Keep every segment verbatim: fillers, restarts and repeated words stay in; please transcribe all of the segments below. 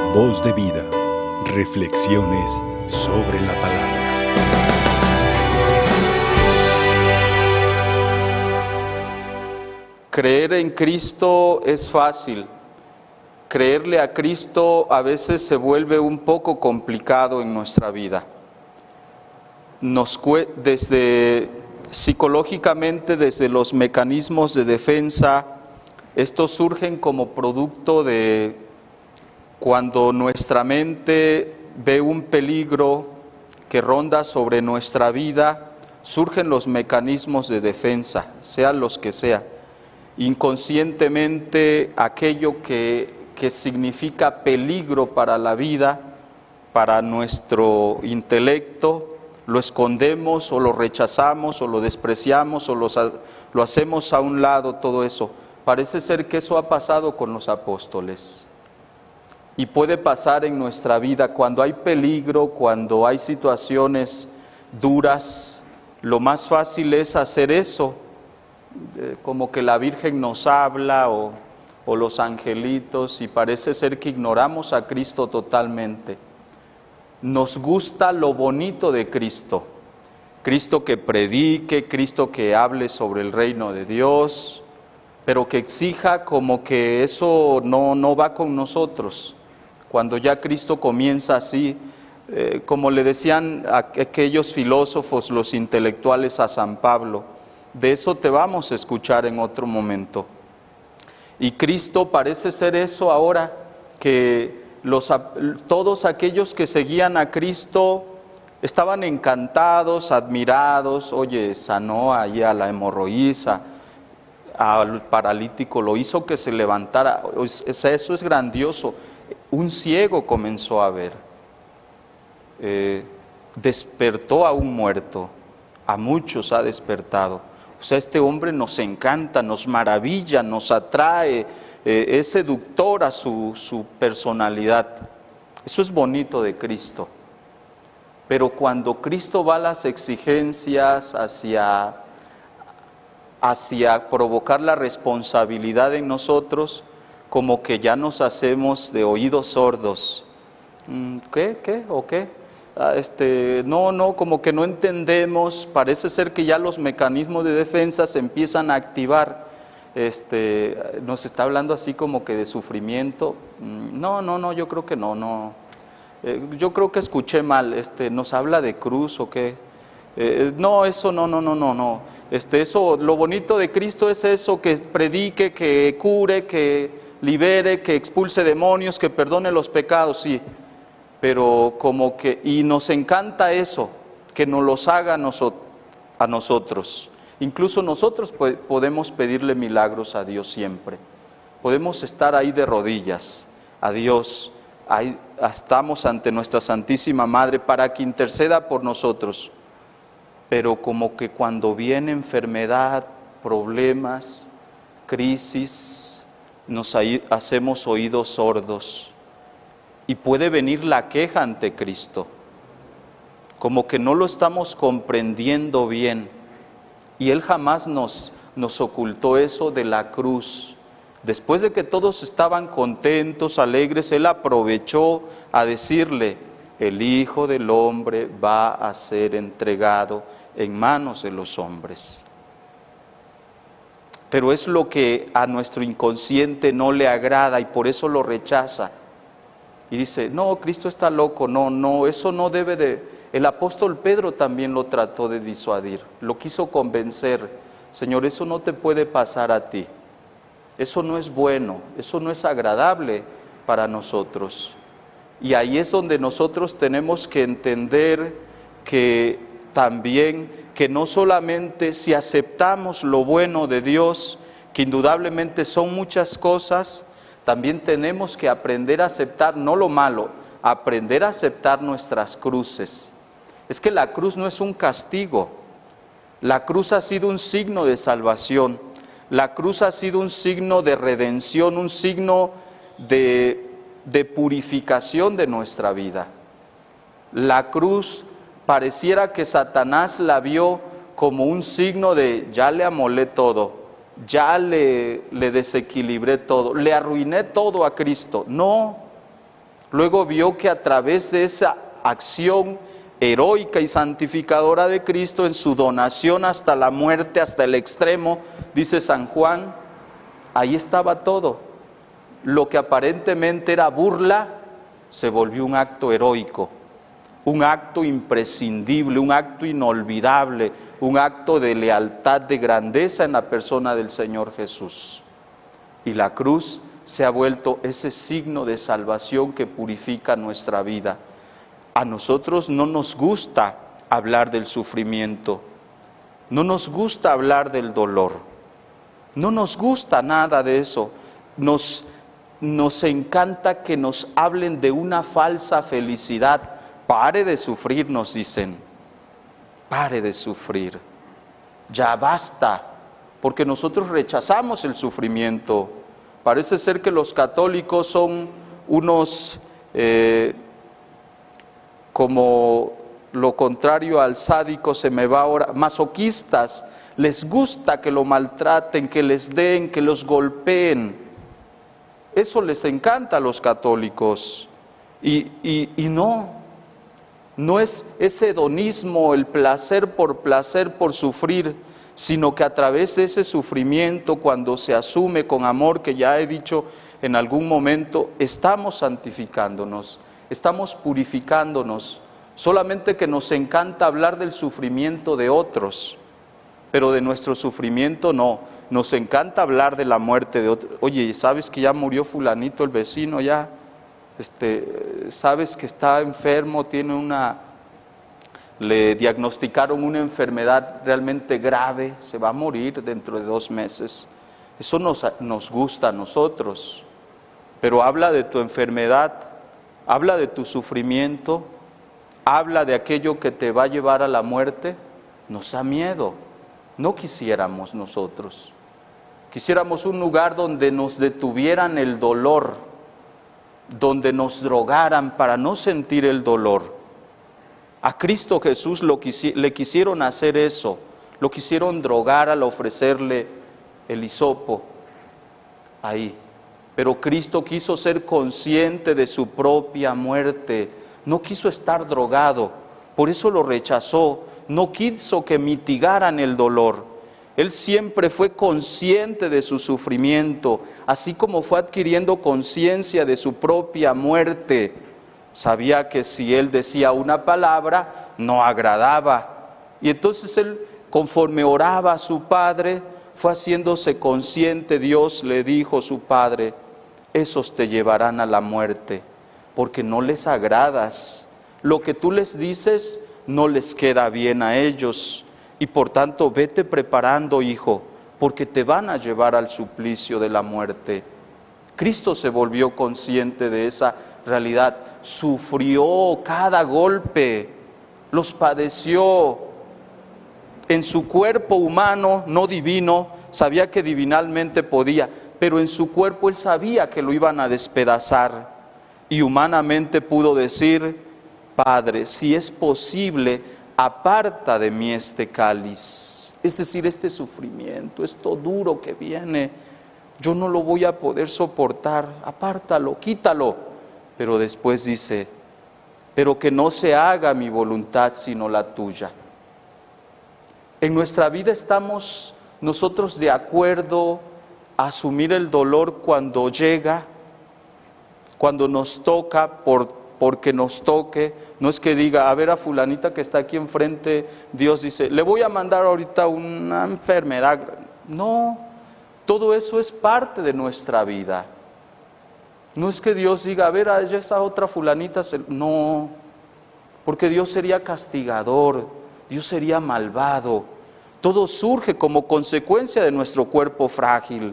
Voz de vida. Reflexiones sobre la palabra. Creer en Cristo es fácil. Creerle a Cristo a veces se vuelve un poco complicado en nuestra vida. Nos cue- desde psicológicamente, desde los mecanismos de defensa, estos surgen como producto de cuando nuestra mente ve un peligro que ronda sobre nuestra vida, surgen los mecanismos de defensa, sean los que sea. Inconscientemente, aquello que, que significa peligro para la vida, para nuestro intelecto, lo escondemos o lo rechazamos o lo despreciamos o los, lo hacemos a un lado, todo eso. Parece ser que eso ha pasado con los apóstoles. Y puede pasar en nuestra vida cuando hay peligro, cuando hay situaciones duras. Lo más fácil es hacer eso, eh, como que la Virgen nos habla o, o los angelitos, y parece ser que ignoramos a Cristo totalmente. Nos gusta lo bonito de Cristo, Cristo que predique, Cristo que hable sobre el reino de Dios, pero que exija como que eso no, no va con nosotros. Cuando ya Cristo comienza así, eh, como le decían a aquellos filósofos, los intelectuales a San Pablo, de eso te vamos a escuchar en otro momento. Y Cristo parece ser eso ahora, que los, todos aquellos que seguían a Cristo estaban encantados, admirados. Oye, sanó ahí a la hemorroísa, al paralítico lo hizo que se levantara. O sea, eso es grandioso. Un ciego comenzó a ver, eh, despertó a un muerto, a muchos ha despertado. O sea, este hombre nos encanta, nos maravilla, nos atrae, eh, es seductor a su, su personalidad. Eso es bonito de Cristo. Pero cuando Cristo va a las exigencias hacia, hacia provocar la responsabilidad en nosotros, como que ya nos hacemos de oídos sordos. ¿Qué? ¿Qué? ¿O qué? Ah, este, no, no, como que no entendemos. Parece ser que ya los mecanismos de defensa se empiezan a activar. Este, nos está hablando así como que de sufrimiento. No, no, no, yo creo que no, no. Eh, yo creo que escuché mal. Este, ¿nos habla de cruz o qué? Eh, no, eso no, no, no, no, no. Este, eso, lo bonito de Cristo es eso, que predique, que cure, que libere, que expulse demonios, que perdone los pecados, sí, pero como que, y nos encanta eso, que nos los haga a, nosot, a nosotros. Incluso nosotros podemos pedirle milagros a Dios siempre, podemos estar ahí de rodillas, a Dios, ahí estamos ante nuestra Santísima Madre para que interceda por nosotros, pero como que cuando viene enfermedad, problemas, crisis, nos hacemos oídos sordos y puede venir la queja ante Cristo, como que no lo estamos comprendiendo bien, y Él jamás nos, nos ocultó eso de la cruz. Después de que todos estaban contentos, alegres, Él aprovechó a decirle: el Hijo del Hombre va a ser entregado en manos de los hombres. Pero es lo que a nuestro inconsciente no le agrada y por eso lo rechaza. Y dice: no, Cristo está loco, no, no, eso no debe de... El apóstol Pedro también lo trató de disuadir, lo quiso convencer: Señor, eso no te puede pasar a ti, eso no es bueno, eso no es agradable para nosotros. Y ahí es donde nosotros tenemos que entender que también, que no solamente si aceptamos lo bueno de Dios, que indudablemente son muchas cosas, también tenemos que aprender a aceptar, no lo malo, aprender a aceptar nuestras cruces. Es que la cruz no es un castigo, la cruz ha sido un signo de salvación, la cruz ha sido un signo de redención, un signo de, de purificación de nuestra vida. La cruz pareciera que Satanás la vio como un signo de: ya le amolé todo, ya le, le desequilibré todo, le arruiné todo a Cristo. No, Luego vio que a través de esa acción heroica y santificadora de Cristo en su donación hasta la muerte, hasta el extremo, dice San Juan, ahí estaba todo. Lo que aparentemente era burla se volvió un acto heroico, un acto imprescindible, un acto inolvidable, un acto de lealtad, de grandeza en la persona del Señor Jesús. Y la cruz se ha vuelto ese signo de salvación que purifica nuestra vida. A nosotros no nos gusta hablar del sufrimiento, no nos gusta hablar del dolor, no nos gusta nada de eso. Nos, nos encanta que nos hablen de una falsa felicidad. Pare de sufrir, nos dicen, pare de sufrir, ya basta, porque nosotros rechazamos el sufrimiento. Parece ser que los católicos son unos, eh, como lo contrario al sádico se me va ahora, masoquistas. Les gusta que lo maltraten, que les den, que los golpeen. Eso les encanta a los católicos. Y, y, y no, no es ese hedonismo, el placer por placer, por sufrir, sino que a través de ese sufrimiento, cuando se asume con amor, que ya he dicho en algún momento, estamos santificándonos, estamos purificándonos. Solamente que nos encanta hablar del sufrimiento de otros, pero de nuestro sufrimiento no. Nos encanta hablar de la muerte de otros. Oye, ¿sabes que ya murió fulanito, el vecino ya? Este, ¿sabes que está enfermo, tiene una... le diagnosticaron una enfermedad realmente grave, se va a morir dentro de dos meses? Eso nos, nos gusta a nosotros, pero habla de tu enfermedad, habla de tu sufrimiento, habla de aquello que te va a llevar a la muerte. Nos da miedo, no quisiéramos nosotros. Quisiéramos un lugar donde nos detuvieran el dolor, donde nos drogaran para no sentir el dolor. A Cristo Jesús lo quisi- le quisieron hacer eso, lo quisieron drogar al ofrecerle el hisopo ahí. Pero Cristo quiso ser consciente de su propia muerte, no quiso estar drogado, por eso lo rechazó, no quiso que mitigaran el dolor. Él siempre fue consciente de su sufrimiento, así como fue adquiriendo conciencia de su propia muerte. Sabía que si él decía una palabra, no agradaba. Y entonces él, conforme oraba a su Padre, fue haciéndose consciente. Dios le dijo a su Padre, esos te llevarán a la muerte, porque no les agradas. Lo que tú les dices no les queda bien a ellos. Y por tanto, vete preparando, hijo, porque te van a llevar al suplicio de la muerte. Cristo se volvió consciente de esa realidad. Sufrió cada golpe, los padeció en su cuerpo humano, no divino. Sabía que divinalmente podía, pero en su cuerpo él sabía que lo iban a despedazar. Y humanamente pudo decir, Padre, si es posible, aparta de mí este cáliz, es decir, este sufrimiento, esto duro que viene, yo no lo voy a poder soportar, apártalo, quítalo. Pero después dice, pero que no se haga mi voluntad sino la tuya. En nuestra vida estamos nosotros de acuerdo a asumir el dolor cuando llega, cuando nos toca por porque nos toque. No es que diga, a ver a fulanita que está aquí enfrente, Dios dice, le voy a mandar ahorita una enfermedad. No, todo eso es parte de nuestra vida. No es que Dios diga, a ver a esa otra fulanita, no, porque Dios sería castigador, Dios sería malvado. Todo surge como consecuencia de nuestro cuerpo frágil,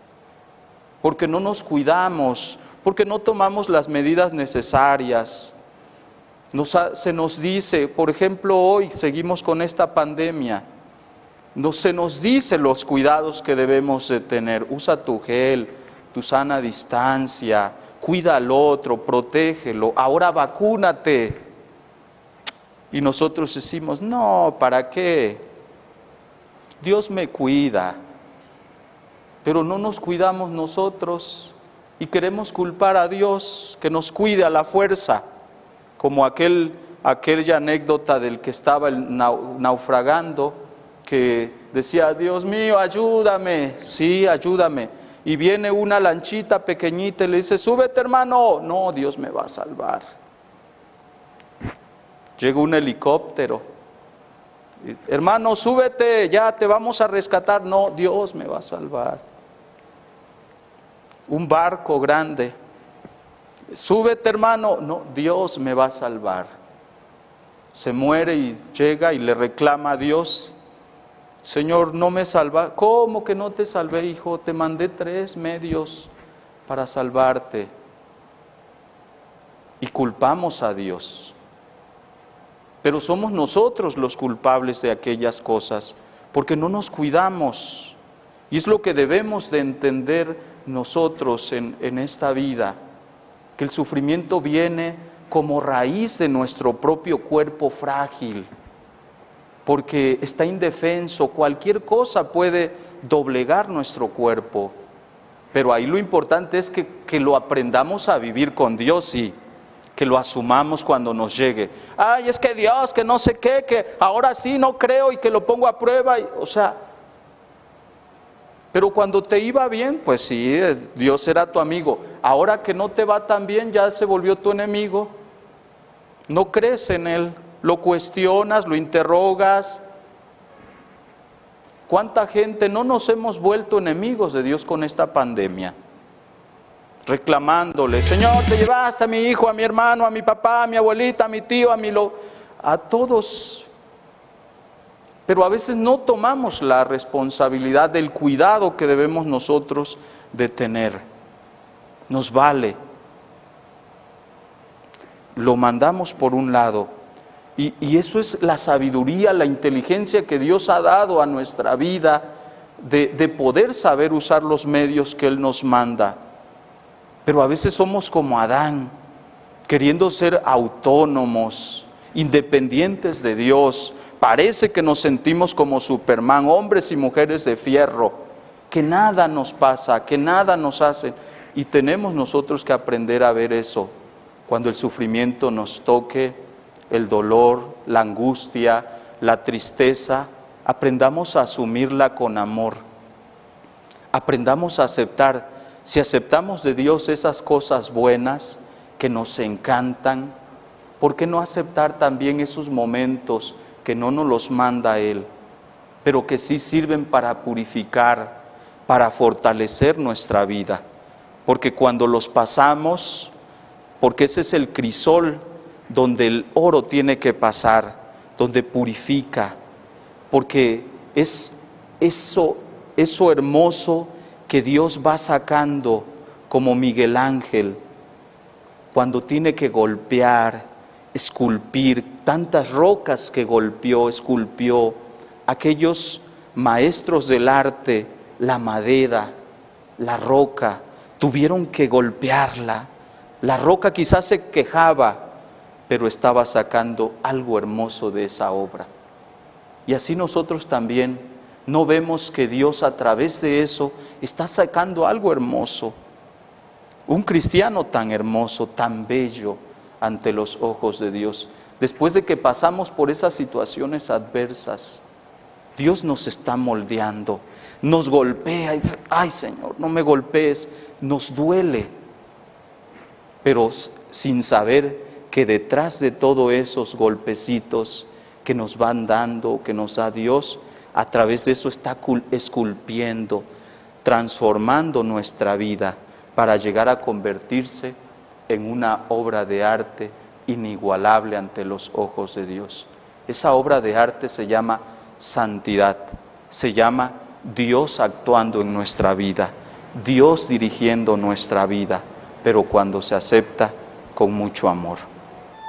porque no nos cuidamos, porque no tomamos las medidas necesarias. Nos ha, se nos dice, por ejemplo, hoy seguimos con esta pandemia, no se nos dice los cuidados que debemos de tener. Usa tu gel, tu sana distancia, cuida al otro, protégelo, ahora vacúnate. Y nosotros decimos, no, ¿para qué? Dios me cuida, pero no nos cuidamos nosotros. y queremos culpar a Dios que nos cuide a la fuerza, como aquel, aquella anécdota del que estaba el nau, naufragando, que decía, Dios mío, ayúdame, sí, ayúdame. Y viene una lanchita pequeñita y le dice, súbete hermano, no, Dios me va a salvar. Llega un helicóptero, hermano, súbete, ya te vamos a rescatar, no, Dios me va a salvar. Un barco grande, súbete hermano, no, Dios me va a salvar. Se muere y llega y le reclama a Dios, Señor, no me salva. ¿Cómo que no te salvé, hijo? Te mandé tres medios para salvarte. Y culpamos a Dios. Pero somos nosotros los culpables de aquellas cosas, porque no nos cuidamos. Y es lo que debemos de entender nosotros en, en esta vida, que el sufrimiento viene como raíz de nuestro propio cuerpo frágil, porque está indefenso, cualquier cosa puede doblegar nuestro cuerpo, pero ahí lo importante es que, que lo aprendamos a vivir con Dios y que lo asumamos cuando nos llegue. Ay, es que Dios, que no sé qué, que ahora sí no creo y que lo pongo a prueba, y, o sea, pero cuando te iba bien, pues sí, Dios era tu amigo. Ahora que no te va tan bien, ya se volvió tu enemigo. No crees en Él, lo cuestionas, lo interrogas. ¿Cuánta gente no nos hemos vuelto enemigos de Dios con esta pandemia? Reclamándole, Señor, te llevaste a mi hijo, a mi hermano, a mi papá, a mi abuelita, a mi tío, a mi lo... a todos. Pero a veces no tomamos la responsabilidad del cuidado que debemos nosotros de tener. Nos vale. Lo mandamos por un lado. Y, y eso es la sabiduría, la inteligencia que Dios ha dado a nuestra vida, de, de poder saber usar los medios que Él nos manda. Pero a veces somos como Adán, queriendo ser autónomos, independientes de Dios. Parece que nos sentimos como Superman, hombres y mujeres de fierro, que nada nos pasa, que nada nos hace. Y tenemos nosotros que aprender a ver eso. Cuando el sufrimiento nos toque, el dolor, la angustia, la tristeza, aprendamos a asumirla con amor. Aprendamos a aceptar. Si aceptamos de Dios esas cosas buenas que nos encantan, ¿por qué no aceptar también esos momentos que no nos los manda Él, pero que sí sirven para purificar, para fortalecer nuestra vida? Porque cuando los pasamos, porque ese es el crisol donde el oro tiene que pasar, donde purifica, porque es eso, eso hermoso que Dios va sacando como Miguel Ángel, cuando tiene que golpear, esculpir, tantas rocas que golpeó, esculpió, aquellos maestros del arte, la madera, la roca, tuvieron que golpearla. La roca quizás se quejaba, pero estaba sacando algo hermoso de esa obra. Y así nosotros también no vemos que Dios a través de eso está sacando algo hermoso. Un cristiano tan hermoso, tan bello ante los ojos de Dios. Después de que pasamos por esas situaciones adversas, Dios nos está moldeando, nos golpea y dice, ay Señor, no me golpees, nos duele, pero sin saber que detrás de todos esos golpecitos que nos van dando, que nos da Dios, a través de eso está esculpiendo, transformando nuestra vida para llegar a convertirse en una obra de arte inigualable ante los ojos de Dios. Esa obra de arte se llama santidad, se llama Dios actuando en nuestra vida, Dios dirigiendo nuestra vida, pero cuando se acepta con mucho amor.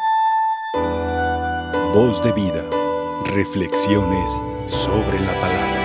Voz de vida, reflexiones sobre la palabra.